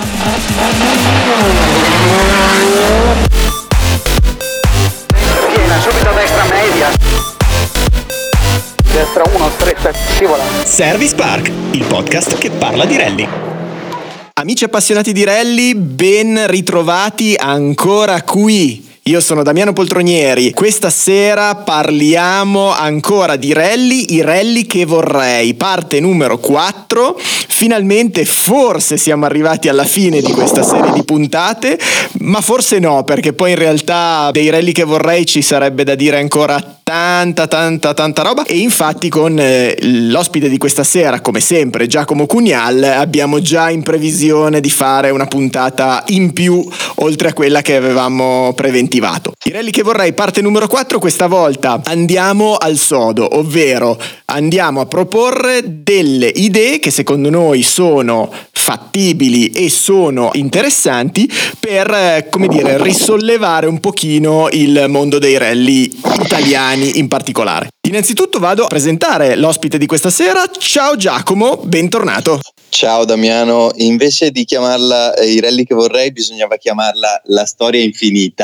Piena, subito destra media. Destra 1, stretta, scivola. Service Park, il podcast che parla di rally. Amici appassionati di rally, ben ritrovati ancora qui. Io sono Damiano Poltronieri. Questa sera parliamo ancora di rally, i rally che vorrei. Parte numero 4. Finalmente forse siamo arrivati alla fine di questa serie di puntate, ma forse no, perché poi in realtà dei rally che vorrei ci sarebbe da dire ancora tanta roba. E infatti con l'ospite di questa sera, come sempre, Giacomo Cunial, abbiamo già in previsione di fare una puntata in più oltre a quella che avevamo preventivato. I rally che vorrei, parte numero 4. Questa volta andiamo al sodo, ovvero andiamo a proporre delle idee che secondo noi sono fattibili e sono interessanti per, come dire, risollevare un pochino il mondo dei rally italiani in particolare. Innanzitutto vado a presentare l'ospite di questa sera. Ciao Giacomo, bentornato. Ciao Damiano, invece di chiamarla i rally che vorrei bisognava chiamarla la storia infinita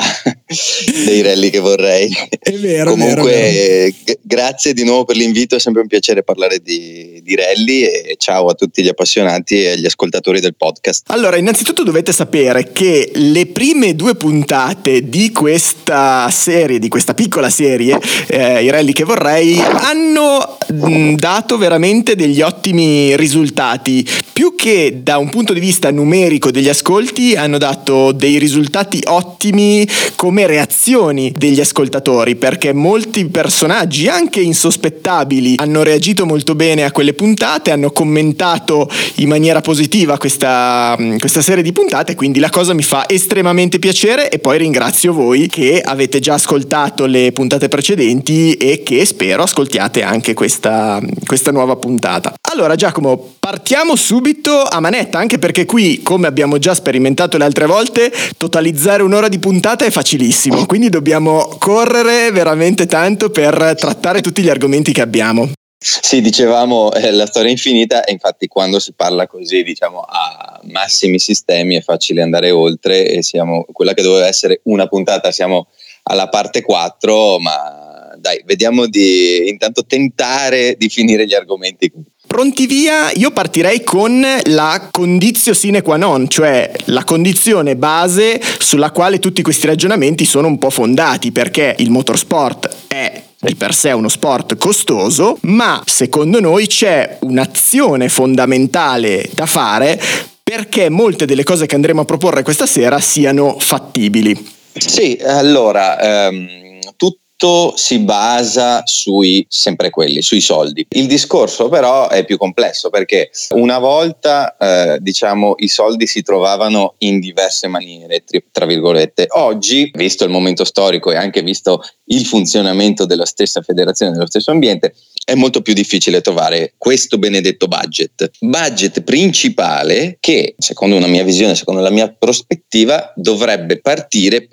dei rally che vorrei. È vero. Comunque grazie di nuovo per l'invito, è sempre un piacere parlare di rally e ciao a tutti gli appassionati e agli ascoltatori del podcast. Allora, innanzitutto dovete sapere che le prime 2 puntate di questa serie, di questa piccola serie, i rally che vorrei, hanno dato veramente degli ottimi risultati. Più che da un punto di vista numerico degli ascolti, hanno dato dei risultati ottimi come reazioni degli ascoltatori, perché molti personaggi, anche insospettabili, hanno reagito molto bene a quelle puntate, hanno commentato in maniera positiva questa serie di puntate, quindi la cosa mi fa estremamente piacere. E poi ringrazio voi che avete già ascoltato le puntate precedenti e che spero ascoltiate anche questa nuova puntata. Allora Giacomo, partiamo subito a manetta, anche perché qui, come abbiamo già sperimentato le altre volte, totalizzare un'ora di puntata è facilissimo, quindi dobbiamo correre veramente tanto per trattare tutti gli argomenti che abbiamo. Sì, dicevamo la storia infinita, e infatti quando si parla così, diciamo, a massimi sistemi è facile andare oltre, e siamo quella che doveva essere una puntata, siamo alla parte 4, ma dai, vediamo di intanto tentare di finire gli argomenti. Pronti via, io partirei con la conditio sine qua non, cioè la condizione base sulla quale tutti questi ragionamenti sono un po' fondati, perché il motorsport è di per sé uno sport costoso, ma secondo noi c'è un'azione fondamentale da fare perché molte delle cose che andremo a proporre questa sera siano fattibili. Sì, allora tutto si basa sui soldi. Il discorso però è più complesso, perché una volta diciamo i soldi si trovavano in diverse maniere, tra virgolette. Oggi, visto il momento storico e anche visto il funzionamento della stessa federazione, dello stesso ambiente, è molto più difficile trovare questo benedetto budget principale che, secondo una mia visione, secondo la mia prospettiva, dovrebbe partire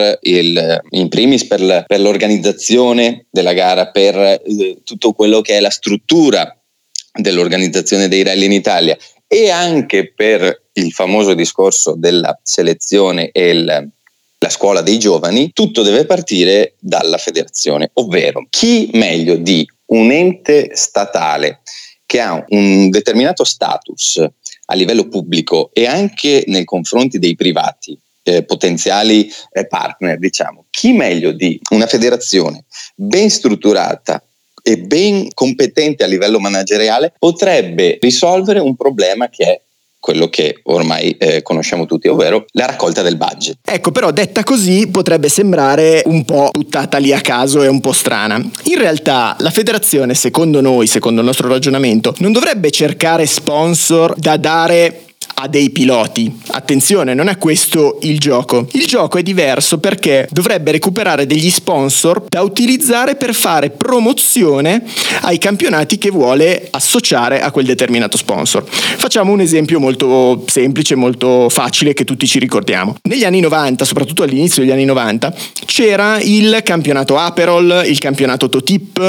in primis per l'organizzazione della gara, per tutto quello che è la struttura dell'organizzazione dei rally in Italia, e anche per il famoso discorso della selezione e la scuola dei giovani. Tutto deve partire dalla federazione, ovvero chi meglio di un ente statale che ha un determinato status a livello pubblico e anche nei confronti dei privati potenziali partner, diciamo, chi meglio di una federazione ben strutturata e ben competente a livello manageriale potrebbe risolvere un problema che è quello che ormai conosciamo tutti, ovvero la raccolta del budget. Ecco, però detta così potrebbe sembrare un po' buttata lì a caso e un po' strana. In realtà la federazione, secondo noi, secondo il nostro ragionamento, non dovrebbe cercare sponsor da dare a dei piloti. Attenzione, non è questo il gioco. Il gioco è diverso perché dovrebbe recuperare degli sponsor da utilizzare per fare promozione ai campionati che vuole associare a quel determinato sponsor. Facciamo un esempio molto semplice, molto facile, che tutti ci ricordiamo. Negli anni 90, soprattutto all'inizio degli anni 90, c'era il campionato Aperol, il campionato Totip,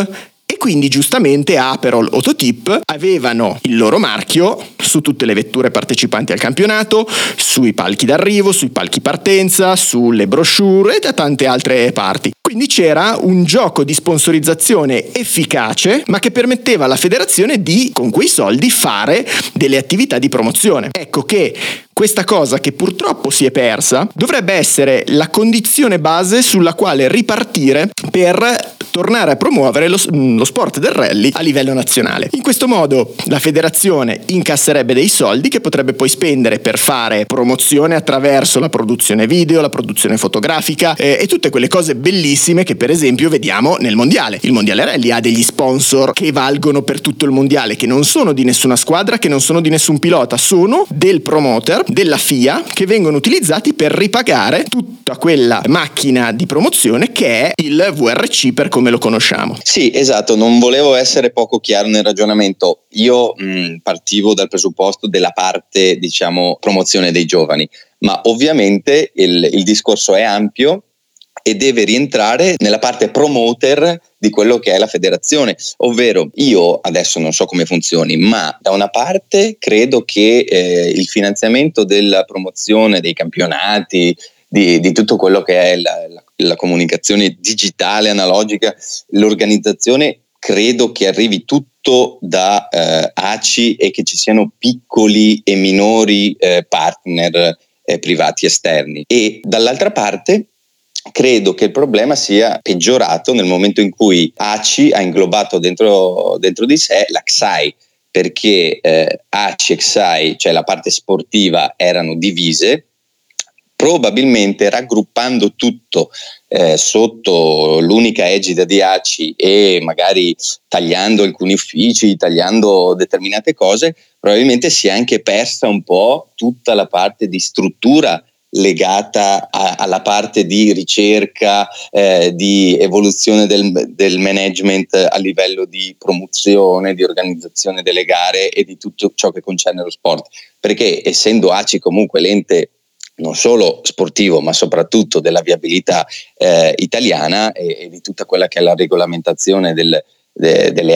E quindi giustamente Aperol o Totip avevano il loro marchio su tutte le vetture partecipanti al campionato, sui palchi d'arrivo, sui palchi partenza, sulle brochure e da tante altre parti. Quindi c'era un gioco di sponsorizzazione efficace, ma che permetteva alla federazione di, con quei soldi, fare delle attività di promozione. Ecco che questa cosa, che purtroppo si è persa, dovrebbe essere la condizione base sulla quale ripartire per tornare a promuovere lo sport del rally a livello nazionale. In questo modo la federazione incasserebbe dei soldi che potrebbe poi spendere per fare promozione attraverso la produzione video, la produzione fotografica e tutte quelle cose bellissime che per esempio vediamo nel mondiale. Il mondiale rally ha degli sponsor che valgono per tutto il mondiale, che non sono di nessuna squadra, che non sono di nessun pilota, sono del promoter, della FIA, che vengono utilizzati per ripagare tutta quella macchina di promozione che è il VRC per come lo conosciamo. Sì, esatto, non volevo essere poco chiaro nel ragionamento. Io partivo dal presupposto della parte, diciamo, promozione dei giovani, ma ovviamente il discorso è ampio e deve rientrare nella parte promoter di quello che è la federazione, ovvero io adesso non so come funzioni, ma da una parte credo che il finanziamento della promozione dei campionati, di tutto quello che è la comunicazione digitale, analogica, l'organizzazione, credo che arrivi tutto da ACI e che ci siano piccoli e minori partner privati esterni. E dall'altra parte credo che il problema sia peggiorato nel momento in cui ACI ha inglobato dentro di sé la XAI, perché ACI e XAI, cioè la parte sportiva, erano divise. Probabilmente raggruppando tutto sotto l'unica egida di ACI e magari tagliando alcuni uffici, tagliando determinate cose, probabilmente si è anche persa un po' tutta la parte di struttura legata alla parte di ricerca, di evoluzione del management a livello di promozione, di organizzazione delle gare e di tutto ciò che concerne lo sport, perché essendo ACI comunque l'ente non solo sportivo ma soprattutto della viabilità italiana e di tutta quella che è la regolamentazione delle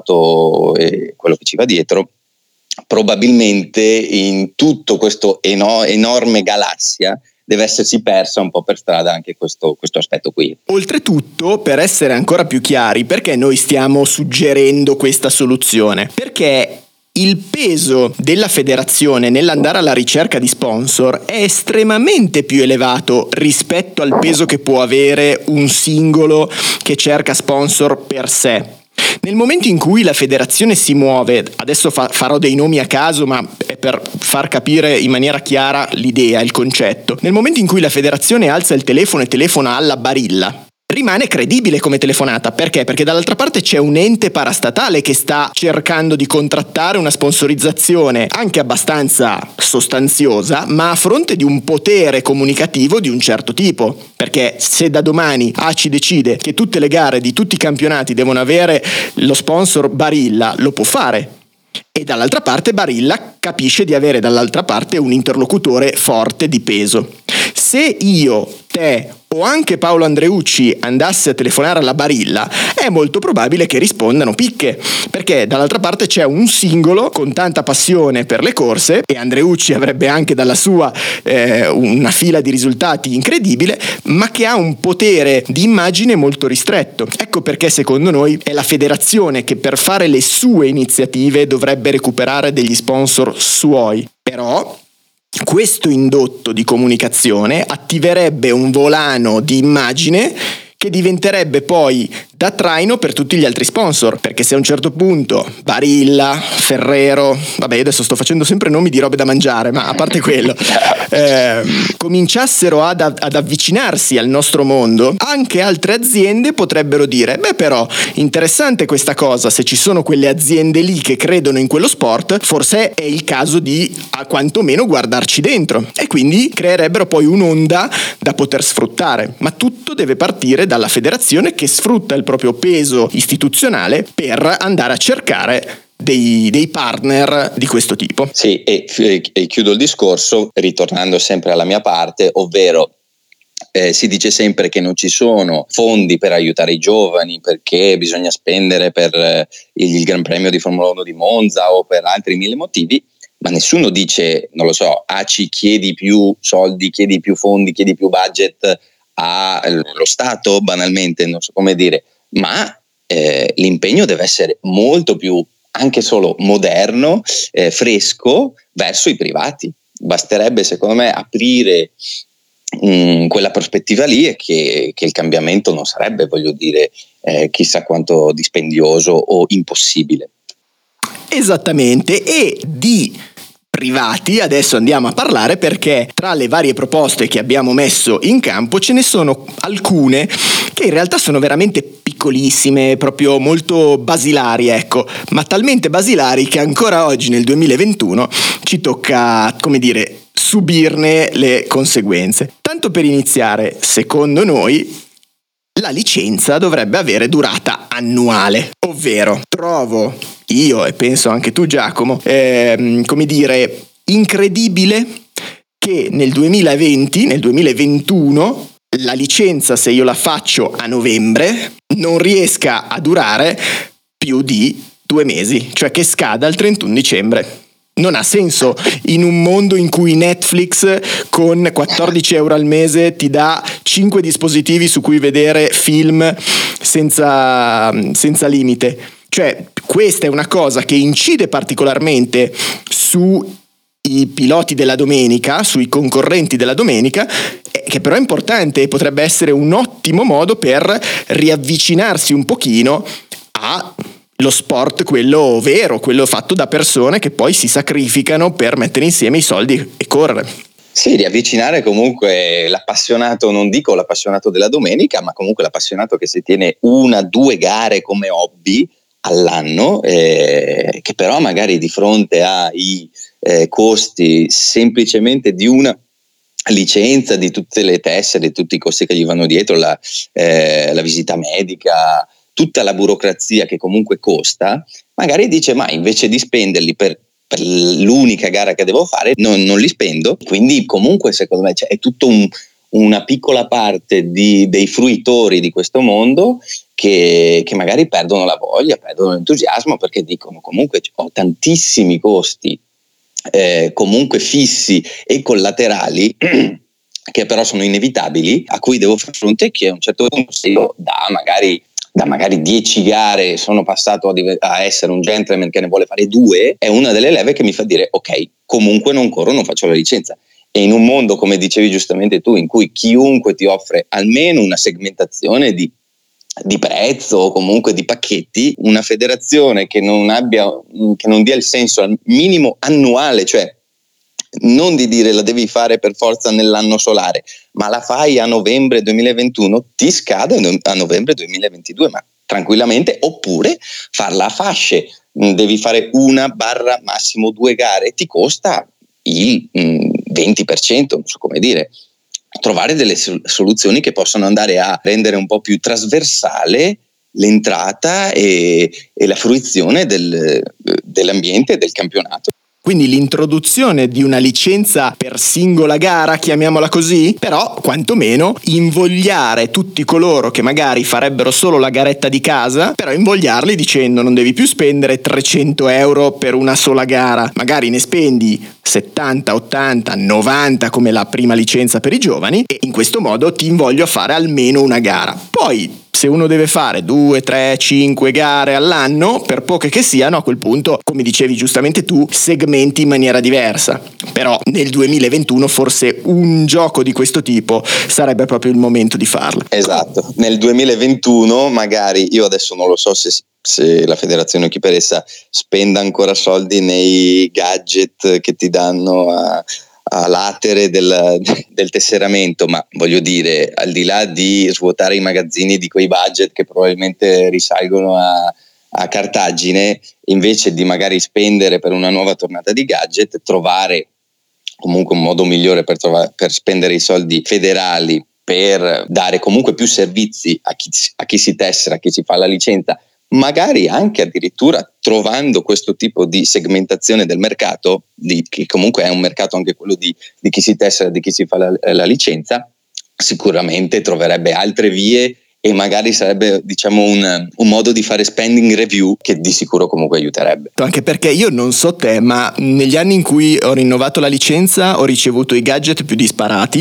auto e quello che ci va dietro, probabilmente in tutto questo enorme galassia deve essersi persa un po' per strada anche questo aspetto qui. Oltretutto, per essere ancora più chiari, perché noi stiamo suggerendo questa soluzione? Perché il peso della federazione nell'andare alla ricerca di sponsor è estremamente più elevato rispetto al peso che può avere un singolo che cerca sponsor per sé. Nel momento in cui la federazione si muove, adesso farò dei nomi a caso, ma è per far capire in maniera chiara l'idea, il concetto. Nel momento in cui la federazione alza il telefono e telefona alla Barilla, rimane credibile come telefonata. Perché? Perché dall'altra parte c'è un ente parastatale che sta cercando di contrattare una sponsorizzazione anche abbastanza sostanziosa, ma a fronte di un potere comunicativo di un certo tipo. Perché se da domani ACI decide che tutte le gare di tutti i campionati devono avere lo sponsor Barilla, lo può fare. E dall'altra parte Barilla capisce di avere dall'altra parte un interlocutore forte di peso. Se io, te o anche Paolo Andreucci andasse a telefonare alla Barilla, è molto probabile che rispondano picche, perché dall'altra parte c'è un singolo con tanta passione per le corse, e Andreucci avrebbe anche dalla sua una fila di risultati incredibile, ma che ha un potere di immagine molto ristretto. Ecco perché secondo noi è la federazione che per fare le sue iniziative dovrebbe recuperare degli sponsor suoi. Però questo indotto di comunicazione attiverebbe un volano di immagine che diventerebbe poi da traino per tutti gli altri sponsor, perché se a un certo punto Barilla, Ferrero, vabbè, io adesso sto facendo sempre nomi di robe da mangiare, ma a parte quello, cominciassero ad avvicinarsi al nostro mondo, anche altre aziende potrebbero dire: beh, però interessante questa cosa, se ci sono quelle aziende lì che credono in quello sport, forse è il caso di a quantomeno guardarci dentro, e quindi creerebbero poi un'onda da poter sfruttare. Ma tutto deve partire dalla federazione, che sfrutta il proprio peso istituzionale per andare a cercare dei partner di questo tipo. Sì, e chiudo il discorso ritornando sempre alla mia parte, ovvero si dice sempre che non ci sono fondi per aiutare i giovani perché bisogna spendere per il Gran Premio di Formula 1 di Monza o per altri 1000 motivi, ma nessuno dice, non lo so, ACI chiedi più soldi, chiedi più fondi, chiedi più budget allo Stato, banalmente, non so come dire, ma l'impegno deve essere molto più, anche solo moderno, fresco, verso i privati. Basterebbe, secondo me, aprire quella prospettiva lì e che il cambiamento non sarebbe, voglio dire, chissà quanto dispendioso o impossibile. Esattamente, e di privati adesso andiamo a parlare, perché tra le varie proposte che abbiamo messo in campo ce ne sono alcune che in realtà sono veramente piccolissime, proprio molto basilari, ecco, ma talmente basilari che ancora oggi nel 2021 ci tocca, come dire, subirne le conseguenze. Tanto per iniziare, secondo noi la licenza dovrebbe avere durata annuale, ovvero trovo io, e penso anche tu Giacomo, come dire, incredibile che nel 2020, nel 2021, la licenza, se io la faccio a novembre, non riesca a durare più di 2 mesi, cioè che scada il 31 dicembre. Non ha senso in un mondo in cui Netflix con 14 euro al mese ti dà 5 dispositivi su cui vedere film senza limite. Cioè, questa è una cosa che incide particolarmente sui piloti della domenica, sui concorrenti della domenica, che però è importante e potrebbe essere un ottimo modo per riavvicinarsi un pochino a lo sport, quello vero, quello fatto da persone che poi si sacrificano per mettere insieme i soldi e correre. Sì, riavvicinare comunque l'appassionato, non dico l'appassionato della domenica, ma comunque l'appassionato che si tiene 1-2 gare come hobby all'anno, che però magari di fronte ai costi semplicemente di una licenza, di tutte le tessere, tutti i costi che gli vanno dietro, la visita medica, tutta la burocrazia che comunque costa, magari dice ma invece di spenderli per l'unica gara che devo fare non li spendo. Quindi comunque secondo me è tutto una piccola parte dei fruitori di questo mondo che magari perdono la voglia, perdono l'entusiasmo, perché dicono comunque ho tantissimi costi comunque fissi e collaterali che però sono inevitabili, a cui devo far fronte, che a un certo punto, se io da magari 10 gare sono passato a essere un gentleman che ne vuole fare 2, è una delle leve che mi fa dire ok, comunque non corro, non faccio la licenza. E in un mondo, come dicevi giustamente tu, in cui chiunque ti offre almeno una segmentazione di prezzo o comunque di pacchetti, una federazione che non dia il senso al minimo annuale, cioè non di dire la devi fare per forza nell'anno solare, ma la fai a novembre 2021, ti scade a novembre 2022, ma tranquillamente, oppure farla a fasce, devi fare 1 / massimo 2 gare, ti costa il 20%, non so come dire. Trovare delle soluzioni che possano andare a rendere un po' più trasversale l'entrata e la fruizione dell'ambiente e del campionato. Quindi l'introduzione di una licenza per singola gara, chiamiamola così, però quantomeno invogliare tutti coloro che magari farebbero solo la garetta di casa, però invogliarli dicendo non devi più spendere 300 euro per una sola gara, magari ne spendi 70, 80, 90 come la prima licenza per i giovani, e in questo modo ti invoglio a fare almeno una gara. Poi se uno deve fare 2, 3, 5 gare all'anno, per poche che siano, a quel punto, come dicevi giustamente tu, segmenti in maniera diversa. Però nel 2021 forse un gioco di questo tipo sarebbe proprio il momento di farlo. Esatto, nel 2021 magari, io adesso non lo so se la federazione o chi per essa spenda ancora soldi nei gadget che ti danno a latere del tesseramento, ma voglio dire, al di là di svuotare i magazzini di quei budget che probabilmente risalgono a Cartagine, invece di magari spendere per una nuova tornata di gadget, trovare comunque un modo migliore per spendere i soldi federali per dare comunque più servizi a chi si tessera, a chi si fa la licenza, magari anche addirittura trovando questo tipo di segmentazione del mercato, che comunque è un mercato anche quello di chi si tessera, di chi si fa la licenza. sicuramente troverebbe altre vie e magari sarebbe, diciamo, un modo di fare spending review che di sicuro comunque aiuterebbe. Anche perché io non so te, ma negli anni in cui ho rinnovato la licenza ho ricevuto i gadget più disparati.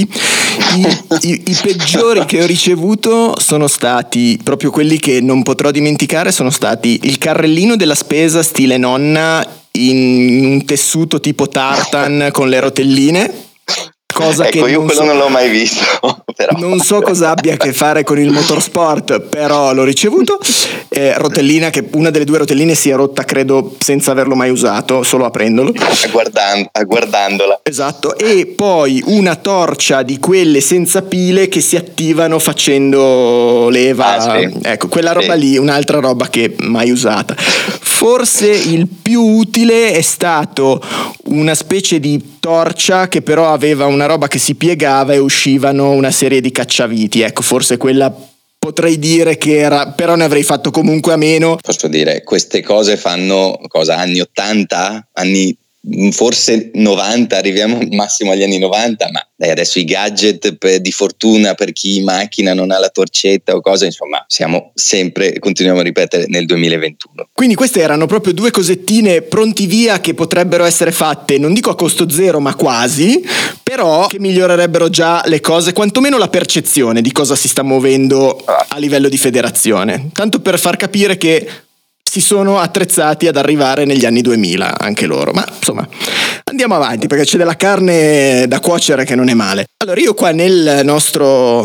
I peggiori che ho ricevuto sono stati proprio quelli che non potrò dimenticare, sono stati il carrellino della spesa stile nonna in un tessuto tipo tartan con le rotelline. Cosa ecco, che io quello non l'ho mai visto. Però. Non so cosa abbia a che fare con il motorsport, però l'ho ricevuto. Rotellina, che una delle due rotelline si è rotta, credo, senza averlo mai usato, solo aprendolo. Guardandola. Esatto. E poi una torcia di quelle senza pile che si attivano facendo leva. Sì. Ecco, quella roba lì, un'altra roba che mai usata. Forse il più utile è stato una specie di torcia che però aveva una roba che si piegava e uscivano una serie di cacciaviti. Ecco, forse quella potrei dire che era, però ne avrei fatto comunque a meno. Posso dire, queste cose fanno anni 80, anni forse 90, arriviamo al massimo agli anni 90, ma dai, adesso i gadget di fortuna per chi in macchina non ha la torcetta o cose, insomma, siamo sempre, continuiamo a ripetere, nel 2021. Quindi queste erano proprio due cosettine pronti via che potrebbero essere fatte, non dico a costo zero, ma quasi, però che migliorerebbero già le cose, quantomeno la percezione di cosa si sta muovendo a livello di federazione, tanto per far capire che si sono attrezzati ad arrivare negli anni 2000 anche loro. Ma insomma, andiamo avanti perché c'è della carne da cuocere che non è male. Allora, io qua nella nostra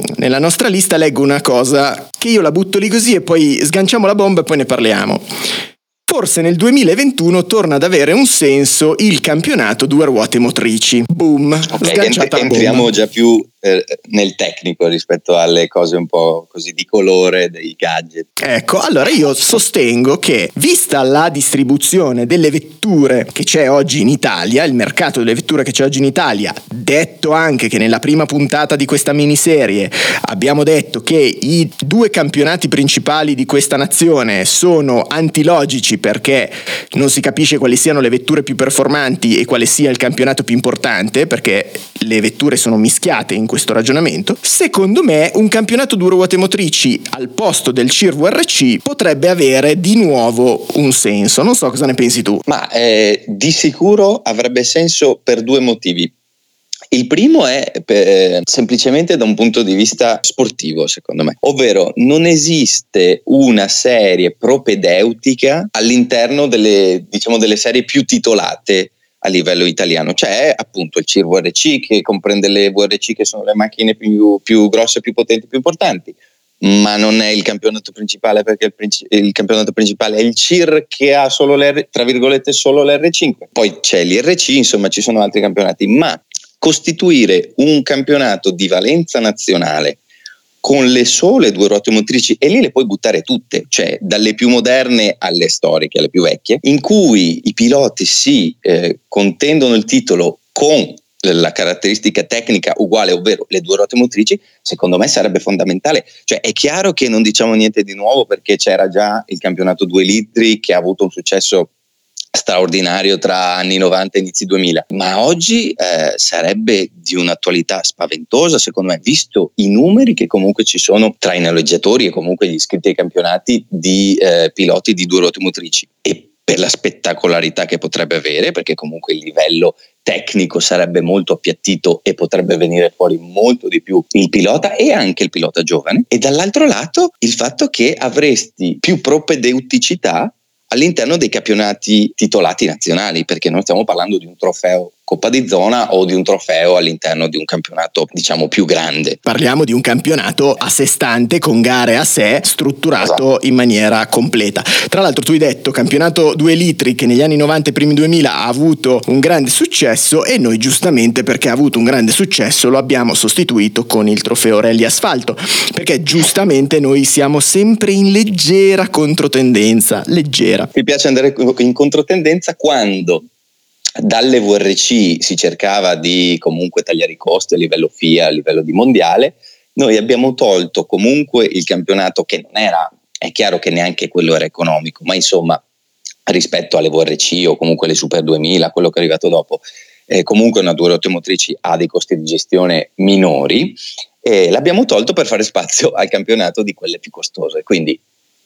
lista leggo una cosa che io la butto lì così e poi sganciamo la bomba e poi ne parliamo. Forse nel 2021 torna ad avere un senso il campionato due ruote motrici. Boom, sganciata entriamo già più nel tecnico rispetto alle cose un po' così di colore dei gadget. Ecco, allora io sostengo che, vista la distribuzione delle vetture che c'è oggi in Italia, il mercato delle vetture che c'è oggi in Italia, detto anche che nella prima puntata di questa miniserie abbiamo detto che i due campionati principali di questa nazione sono antilogici perché non si capisce quali siano le vetture più performanti e quale sia il campionato più importante, perché le vetture sono mischiate in questo ragionamento. Secondo me un campionato due ruote motrici al posto del CIR VRC potrebbe avere di nuovo un senso. Non so cosa ne pensi tu. Ma di sicuro avrebbe senso per due motivi. Il primo è semplicemente da un punto di vista sportivo, secondo me, ovvero non esiste una serie propedeutica all'interno delle serie più titolate a livello italiano. C'è appunto il CIR VRC che comprende le VRC che sono le macchine più grosse, più potenti, più importanti, ma non è il campionato principale perché il campionato principale è il CIR che ha solo tra virgolette solo l'R5. Poi c'è l'IRC, insomma ci sono altri campionati, ma costituire un campionato di valenza nazionale con le sole due ruote motrici, e lì le puoi buttare tutte, cioè dalle più moderne alle storiche, alle più vecchie, in cui i piloti si contendono il titolo con la caratteristica tecnica uguale, ovvero le due ruote motrici, secondo me sarebbe fondamentale. Cioè è chiaro che non diciamo niente di nuovo perché c'era già il campionato 2 litri che ha avuto un successo straordinario tra anni 90 e inizi 2000, ma oggi sarebbe di un'attualità spaventosa secondo me, visto i numeri che comunque ci sono tra i noleggiatori e comunque gli iscritti ai campionati di piloti di due ruote motrici, e per la spettacolarità che potrebbe avere, perché comunque il livello tecnico sarebbe molto appiattito e potrebbe venire fuori molto di più il pilota e anche il pilota giovane, e dall'altro lato il fatto che avresti più propedeuticità all'interno dei campionati titolati nazionali, perché non stiamo parlando di un trofeo Coppa di Zona o di un trofeo all'interno di un campionato diciamo più grande. Parliamo di un campionato a sé stante, con gare a sé, strutturato esatto, in maniera completa. Tra l'altro tu hai detto campionato 2 litri che negli anni 90 e primi 2000 ha avuto un grande successo, e noi giustamente, perché ha avuto un grande successo, lo abbiamo sostituito con il trofeo Rally Asfalto, perché giustamente noi siamo sempre in leggera controtendenza, leggera. Mi piace andare in controtendenza quando dalle VRC si cercava di comunque tagliare i costi a livello FIA, a livello di mondiale. Noi abbiamo tolto comunque il campionato che non era, è chiaro che neanche quello era economico, ma insomma rispetto alle VRC o comunque le Super 2000, quello che è arrivato dopo, comunque una due ruote motrici ha dei costi di gestione minori, e l'abbiamo tolto per fare spazio al campionato di quelle più costose. Quindi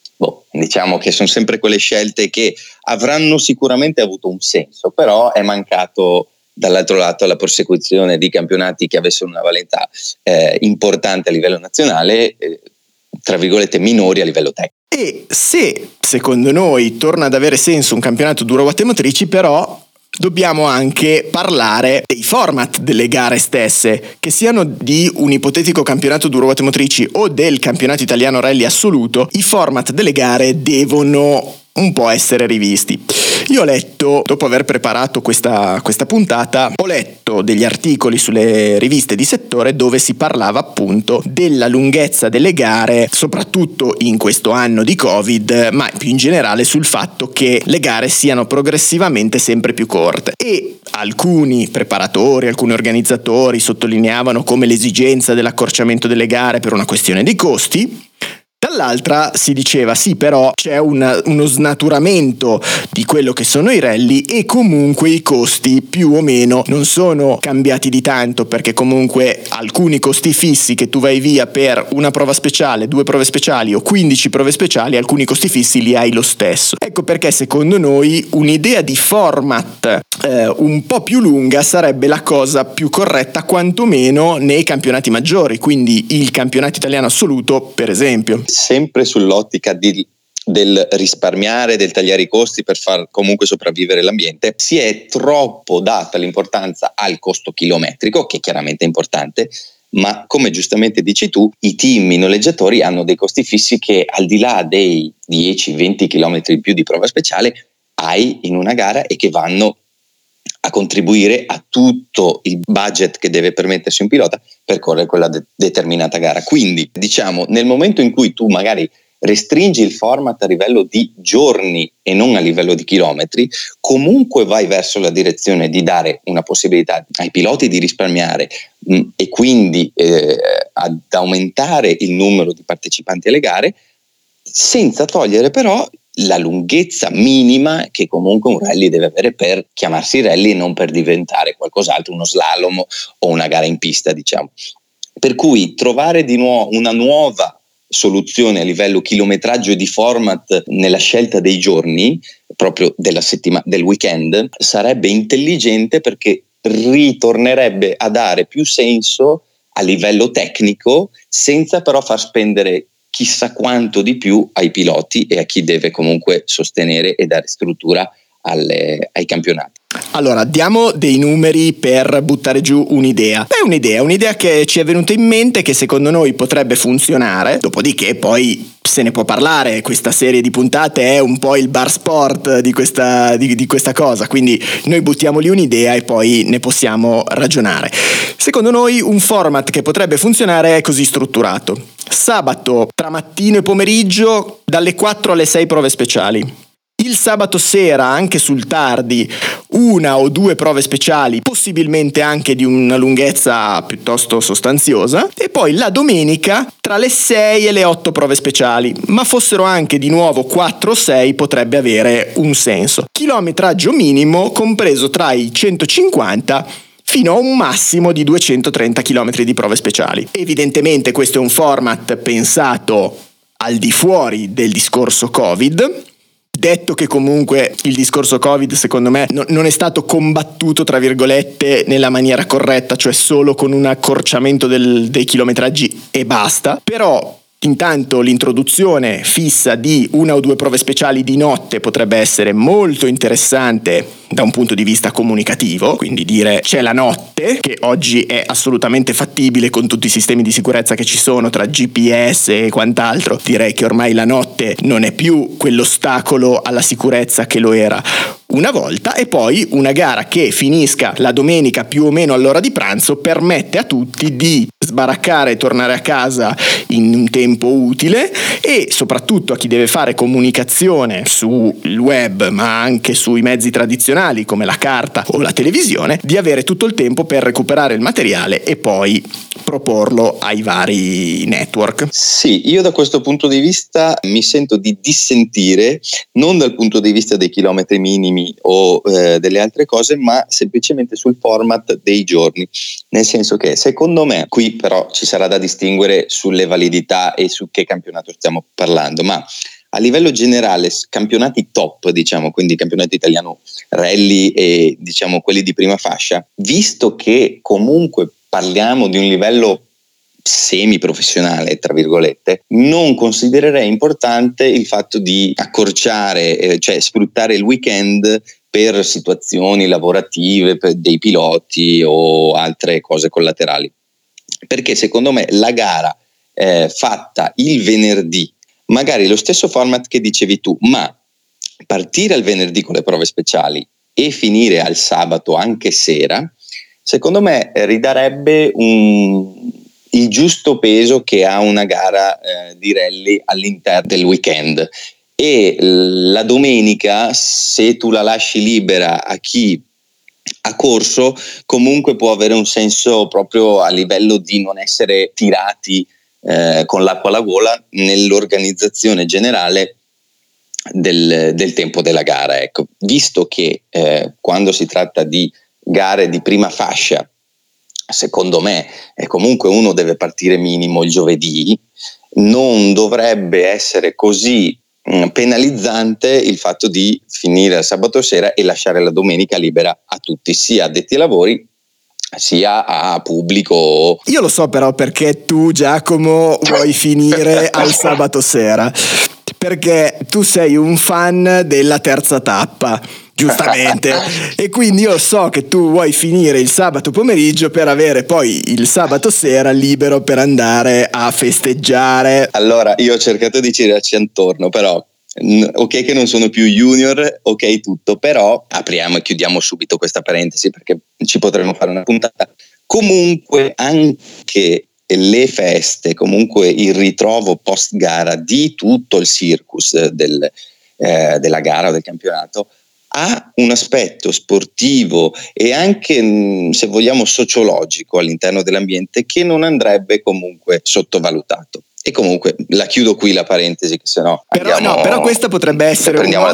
diciamo che sono sempre quelle scelte che avranno sicuramente avuto un senso, però è mancato dall'altro lato la prosecuzione di campionati che avessero una valenza importante a livello nazionale, tra virgolette minori a livello tecnico. E se secondo noi torna ad avere senso un campionato di ruote motrici, però dobbiamo anche parlare dei format delle gare stesse, che siano di un ipotetico campionato di ruote motrici o del campionato italiano rally assoluto. I format delle gare devono un po' essere rivisti. Io ho letto, dopo aver preparato questa puntata, ho letto degli articoli sulle riviste di settore dove si parlava appunto della lunghezza delle gare, soprattutto in questo anno di Covid, ma più in generale sul fatto che le gare siano progressivamente sempre più corte. E alcuni preparatori, alcuni organizzatori sottolineavano come l'esigenza dell'accorciamento delle gare per una questione di costi. Dall'altra si diceva sì, però c'è uno snaturamento di quello che sono i rally e comunque i costi più o meno non sono cambiati di tanto, perché comunque alcuni costi fissi che tu vai via per una prova speciale, 2 prove speciali o 15 prove speciali, alcuni costi fissi li hai lo stesso. Ecco perché secondo noi un'idea di format un po' più lunga sarebbe la cosa più corretta, quantomeno nei campionati maggiori, quindi il campionato italiano assoluto per esempio. Sempre sull'ottica del risparmiare, del tagliare i costi per far comunque sopravvivere l'ambiente, si è troppo data l'importanza al costo chilometrico, che chiaramente è importante, ma come giustamente dici tu, i team, i noleggiatori hanno dei costi fissi che al di là dei 10-20 km in più di prova speciale hai in una gara e che vanno a contribuire a tutto il budget che deve permettersi un pilota per correre quella determinata gara. Quindi diciamo, nel momento in cui tu magari restringi il format a livello di giorni e non a livello di chilometri, comunque vai verso la direzione di dare una possibilità ai piloti di risparmiare e quindi ad aumentare il numero di partecipanti alle gare, senza togliere però la lunghezza minima che comunque un rally deve avere per chiamarsi rally e non per diventare qualcos'altro, uno slalom o una gara in pista, diciamo. Per cui trovare di nuovo una nuova soluzione a livello chilometraggio e di format nella scelta dei giorni, proprio della settimana, del weekend, sarebbe intelligente, perché ritornerebbe a dare più senso a livello tecnico, senza però far spendere chissà quanto di più ai piloti e a chi deve comunque sostenere e dare struttura ai campionati. Allora, diamo dei numeri per buttare giù un'idea. Un'idea che ci è venuta in mente, che secondo noi potrebbe funzionare, dopodiché poi se ne può parlare. Questa serie di puntate è un po' il bar sport di questa cosa, quindi noi buttiamo lì un'idea e poi ne possiamo ragionare. Secondo noi un format che potrebbe funzionare è così strutturato: sabato tra mattino e pomeriggio dalle 4 alle 6 prove speciali. Il sabato sera, anche sul tardi, 1 o 2 prove speciali, possibilmente anche di una lunghezza piuttosto sostanziosa, e poi la domenica tra le 6 e le 8 prove speciali, ma fossero anche di nuovo 4 o 6 potrebbe avere un senso. Chilometraggio minimo compreso tra i 150 fino a un massimo di 230 km di prove speciali. Evidentemente questo è un format pensato al di fuori del discorso Covid, detto che comunque il discorso Covid secondo me non è stato combattuto tra virgolette nella maniera corretta, cioè solo con un accorciamento dei chilometraggi e basta. Però intanto l'introduzione fissa di 1 o 2 prove speciali di notte potrebbe essere molto interessante da un punto di vista comunicativo, quindi dire c'è la notte, che oggi è assolutamente fattibile con tutti i sistemi di sicurezza che ci sono tra GPS e quant'altro. Direi che ormai la notte non è più quell'ostacolo alla sicurezza che lo era una volta, e poi una gara che finisca la domenica più o meno all'ora di pranzo permette a tutti di sbaraccare e tornare a casa in un tempo utile, e soprattutto a chi deve fare comunicazione sul web ma anche sui mezzi tradizionali tradizionali come la carta o la televisione, di avere tutto il tempo per recuperare il materiale e poi proporlo ai vari network. Sì, io da questo punto di vista mi sento di dissentire, non dal punto di vista dei chilometri minimi o delle altre cose, ma semplicemente sul format dei giorni, nel senso che secondo me, qui però ci sarà da distinguere sulle validità e su che campionato stiamo parlando, ma a livello generale campionati top, diciamo, quindi campionato italiano rally e diciamo quelli di prima fascia, visto che comunque parliamo di un livello semi-professionale, tra virgolette, non considererei importante il fatto di accorciare, cioè sfruttare il weekend per situazioni lavorative per dei piloti o altre cose collaterali, perché secondo me la gara fatta il venerdì, magari lo stesso format che dicevi tu, ma partire al venerdì con le prove speciali e finire al sabato anche sera, secondo me ridarebbe il giusto peso che ha una gara di rally all'interno del weekend. E la domenica, se tu la lasci libera a chi ha corso, comunque può avere un senso proprio a livello di non essere tirati con l'acqua alla gola nell'organizzazione generale del tempo della gara. Ecco, visto che quando si tratta di gare di prima fascia, secondo me comunque uno deve partire minimo il giovedì, non dovrebbe essere così penalizzante il fatto di finire il sabato sera e lasciare la domenica libera a tutti, sia addetti ai lavori sia a pubblico. Io lo so però perché tu, Giacomo, vuoi finire al sabato sera, perché tu sei un fan della terza tappa, giustamente, e quindi io so che tu vuoi finire il sabato pomeriggio per avere poi il sabato sera libero per andare a festeggiare. Allora, io ho cercato di girarci attorno, però ok che non sono più junior, ok tutto, però apriamo e chiudiamo subito questa parentesi perché ci potremmo fare una puntata. Comunque anche le feste, comunque il ritrovo post gara di tutto il circus della gara o del campionato ha un aspetto sportivo e anche, se vogliamo, sociologico all'interno dell'ambiente che non andrebbe comunque sottovalutato. E comunque la chiudo qui la parentesi, che sennò però questa potrebbe essere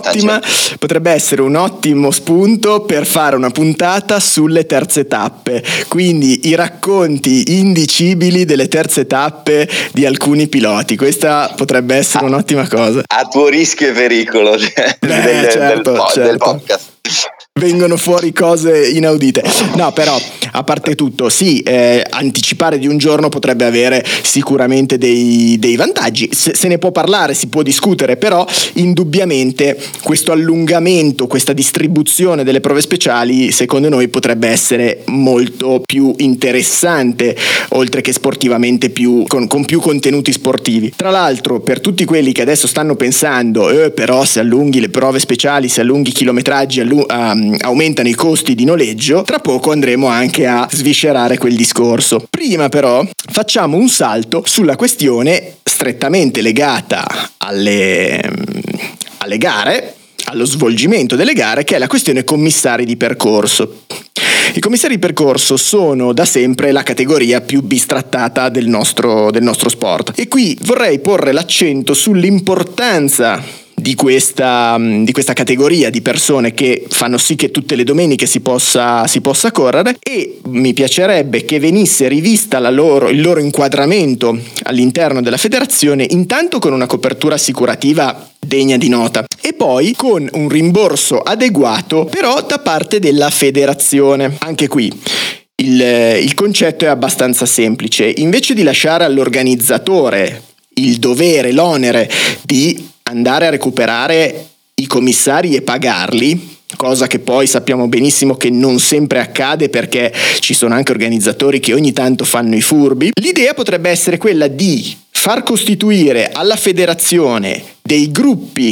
un ottimo spunto per fare una puntata sulle terze tappe, quindi i racconti indicibili delle terze tappe di alcuni piloti. Questa potrebbe essere un'ottima cosa. A tuo rischio e pericolo del podcast. Vengono fuori cose inaudite. No, però a parte tutto, sì, anticipare di un giorno potrebbe avere sicuramente dei vantaggi. Se ne può parlare, si può discutere, però indubbiamente questo allungamento, questa distribuzione delle prove speciali, secondo noi potrebbe essere molto più interessante, oltre che sportivamente con più contenuti sportivi. Tra l'altro, per tutti quelli che adesso stanno pensando però se allunghi le prove speciali, se allunghi i chilometraggi, aumentano i costi di noleggio, tra poco andremo anche a sviscerare quel discorso. Prima però facciamo un salto sulla questione strettamente legata alle gare, allo svolgimento delle gare, che è la questione commissari di percorso. I commissari di percorso sono da sempre la categoria più bistrattata del nostro sport, e qui vorrei porre l'accento sull'importanza di questa categoria di persone che fanno sì che tutte le domeniche si possa correre, e mi piacerebbe che venisse rivista il loro inquadramento all'interno della federazione, intanto con una copertura assicurativa degna di nota e poi con un rimborso adeguato però da parte della federazione. Anche qui il concetto è abbastanza semplice: invece di lasciare all'organizzatore il dovere, l'onere di andare a recuperare i commissari e pagarli, cosa che poi sappiamo benissimo che non sempre accade perché ci sono anche organizzatori che ogni tanto fanno i furbi, l'idea potrebbe essere quella di far costituire alla federazione dei gruppi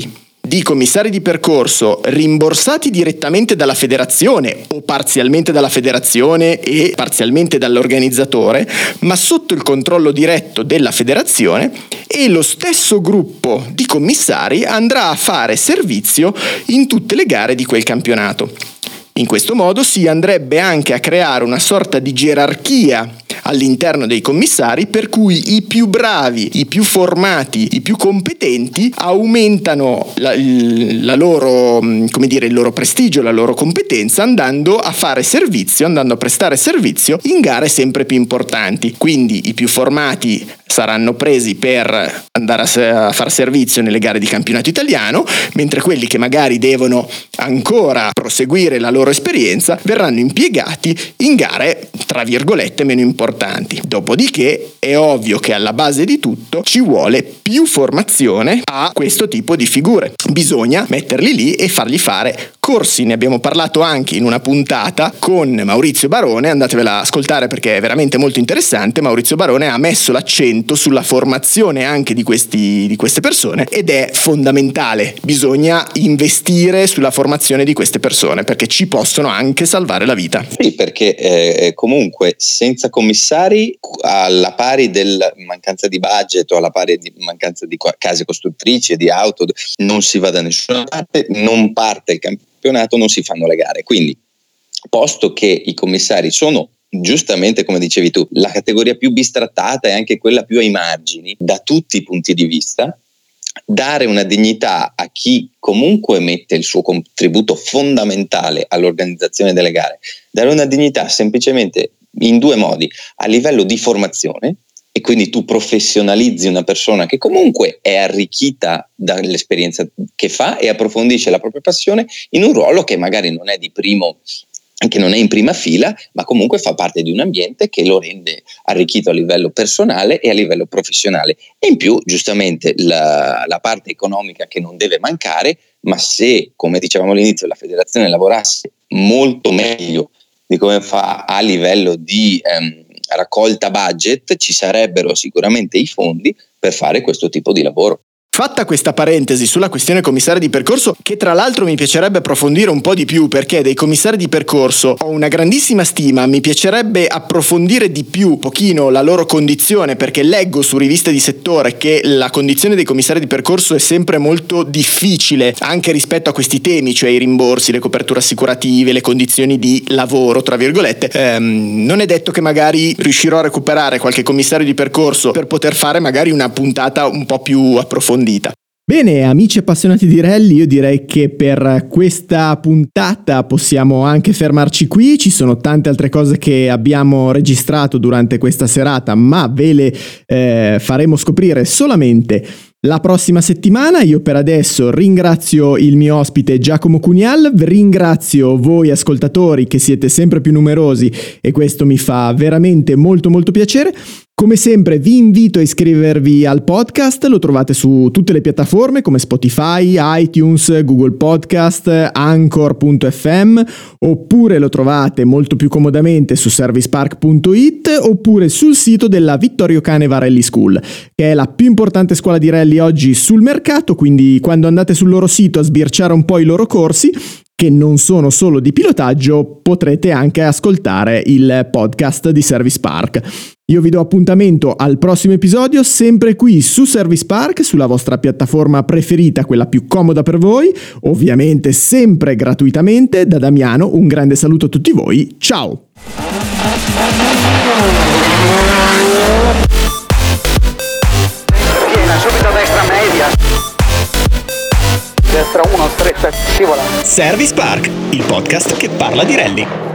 di commissari di percorso rimborsati direttamente dalla federazione o parzialmente dalla federazione e parzialmente dall'organizzatore, ma sotto il controllo diretto della federazione, e lo stesso gruppo di commissari andrà a fare servizio in tutte le gare di quel campionato. In questo modo si andrebbe anche a creare una sorta di gerarchia all'interno dei commissari, per cui i più bravi, i più formati, i più competenti aumentano il loro prestigio, la loro competenza, andando a fare servizio, andando a prestare servizio in gare sempre più importanti. Quindi i più formati saranno presi per andare a fare servizio nelle gare di campionato italiano, mentre quelli che magari devono ancora proseguire la loro esperienza verranno impiegati in gare tra virgolette meno importanti. Dopodiché è ovvio che alla base di tutto ci vuole più formazione a questo tipo di figure. Bisogna metterli lì e fargli fare corsi. Ne abbiamo parlato anche in una puntata con Maurizio Barone, andatevela a ascoltare perché è veramente molto interessante. Maurizio Barone ha messo l'accento sulla formazione anche di queste persone, ed è fondamentale. Bisogna investire sulla formazione di queste persone perché ci possono anche salvare la vita. Sì, perché comunque senza commissari, alla pari della mancanza di budget o alla pari di mancanza di case costruttrici e di auto, non si va da nessuna parte, non parte il campionato, non si fanno le gare. Quindi, posto che i commissari sono, giustamente come dicevi tu, la categoria più bistrattata e anche quella più ai margini da tutti i punti di vista, dare una dignità a chi comunque mette il suo contributo fondamentale all'organizzazione delle gare, dare una dignità semplicemente in due modi: a livello di formazione, e quindi tu professionalizzi una persona che comunque è arricchita dall'esperienza che fa e approfondisce la propria passione in un ruolo che magari non è che non è in prima fila, ma comunque fa parte di un ambiente che lo rende arricchito a livello personale e a livello professionale. E in più, giustamente, la parte economica che non deve mancare, ma se, come dicevamo all'inizio, la federazione lavorasse molto meglio di come fa a livello di raccolta budget, ci sarebbero sicuramente i fondi per fare questo tipo di lavoro. Fatta questa parentesi sulla questione commissari di percorso, che tra l'altro mi piacerebbe approfondire un po' di più, perché dei commissari di percorso ho una grandissima stima, mi piacerebbe approfondire di più un pochino la loro condizione, perché leggo su riviste di settore che la condizione dei commissari di percorso è sempre molto difficile anche rispetto a questi temi, cioè i rimborsi, le coperture assicurative, le condizioni di lavoro, tra virgolette. Non è detto che magari riuscirò a recuperare qualche commissario di percorso per poter fare magari una puntata un po' più approfondita. Bene, amici appassionati di rally, io direi che per questa puntata possiamo anche fermarci qui. Ci sono tante altre cose che abbiamo registrato durante questa serata, ma ve le faremo scoprire solamente la prossima settimana. Io per adesso ringrazio il mio ospite Giacomo Cunial, ringrazio voi ascoltatori che siete sempre più numerosi e questo mi fa veramente molto molto piacere. Come sempre vi invito a iscrivervi al podcast, lo trovate su tutte le piattaforme come Spotify, iTunes, Google Podcast, Anchor.fm, oppure lo trovate molto più comodamente su servicepark.it oppure sul sito della Vittorio Caneva Rally School, che è la più importante scuola di rally oggi sul mercato, quindi quando andate sul loro sito a sbirciare un po' i loro corsi, che non sono solo di pilotaggio, potrete anche ascoltare il podcast di Service Park. Io vi do appuntamento al prossimo episodio, sempre qui su Service Park, sulla vostra piattaforma preferita, quella più comoda per voi, ovviamente sempre gratuitamente. Da Damiano un grande saluto a tutti voi, ciao! Piena, subito a destra media. Destra 1, stretta, scivola. Service Park, il podcast che parla di rally.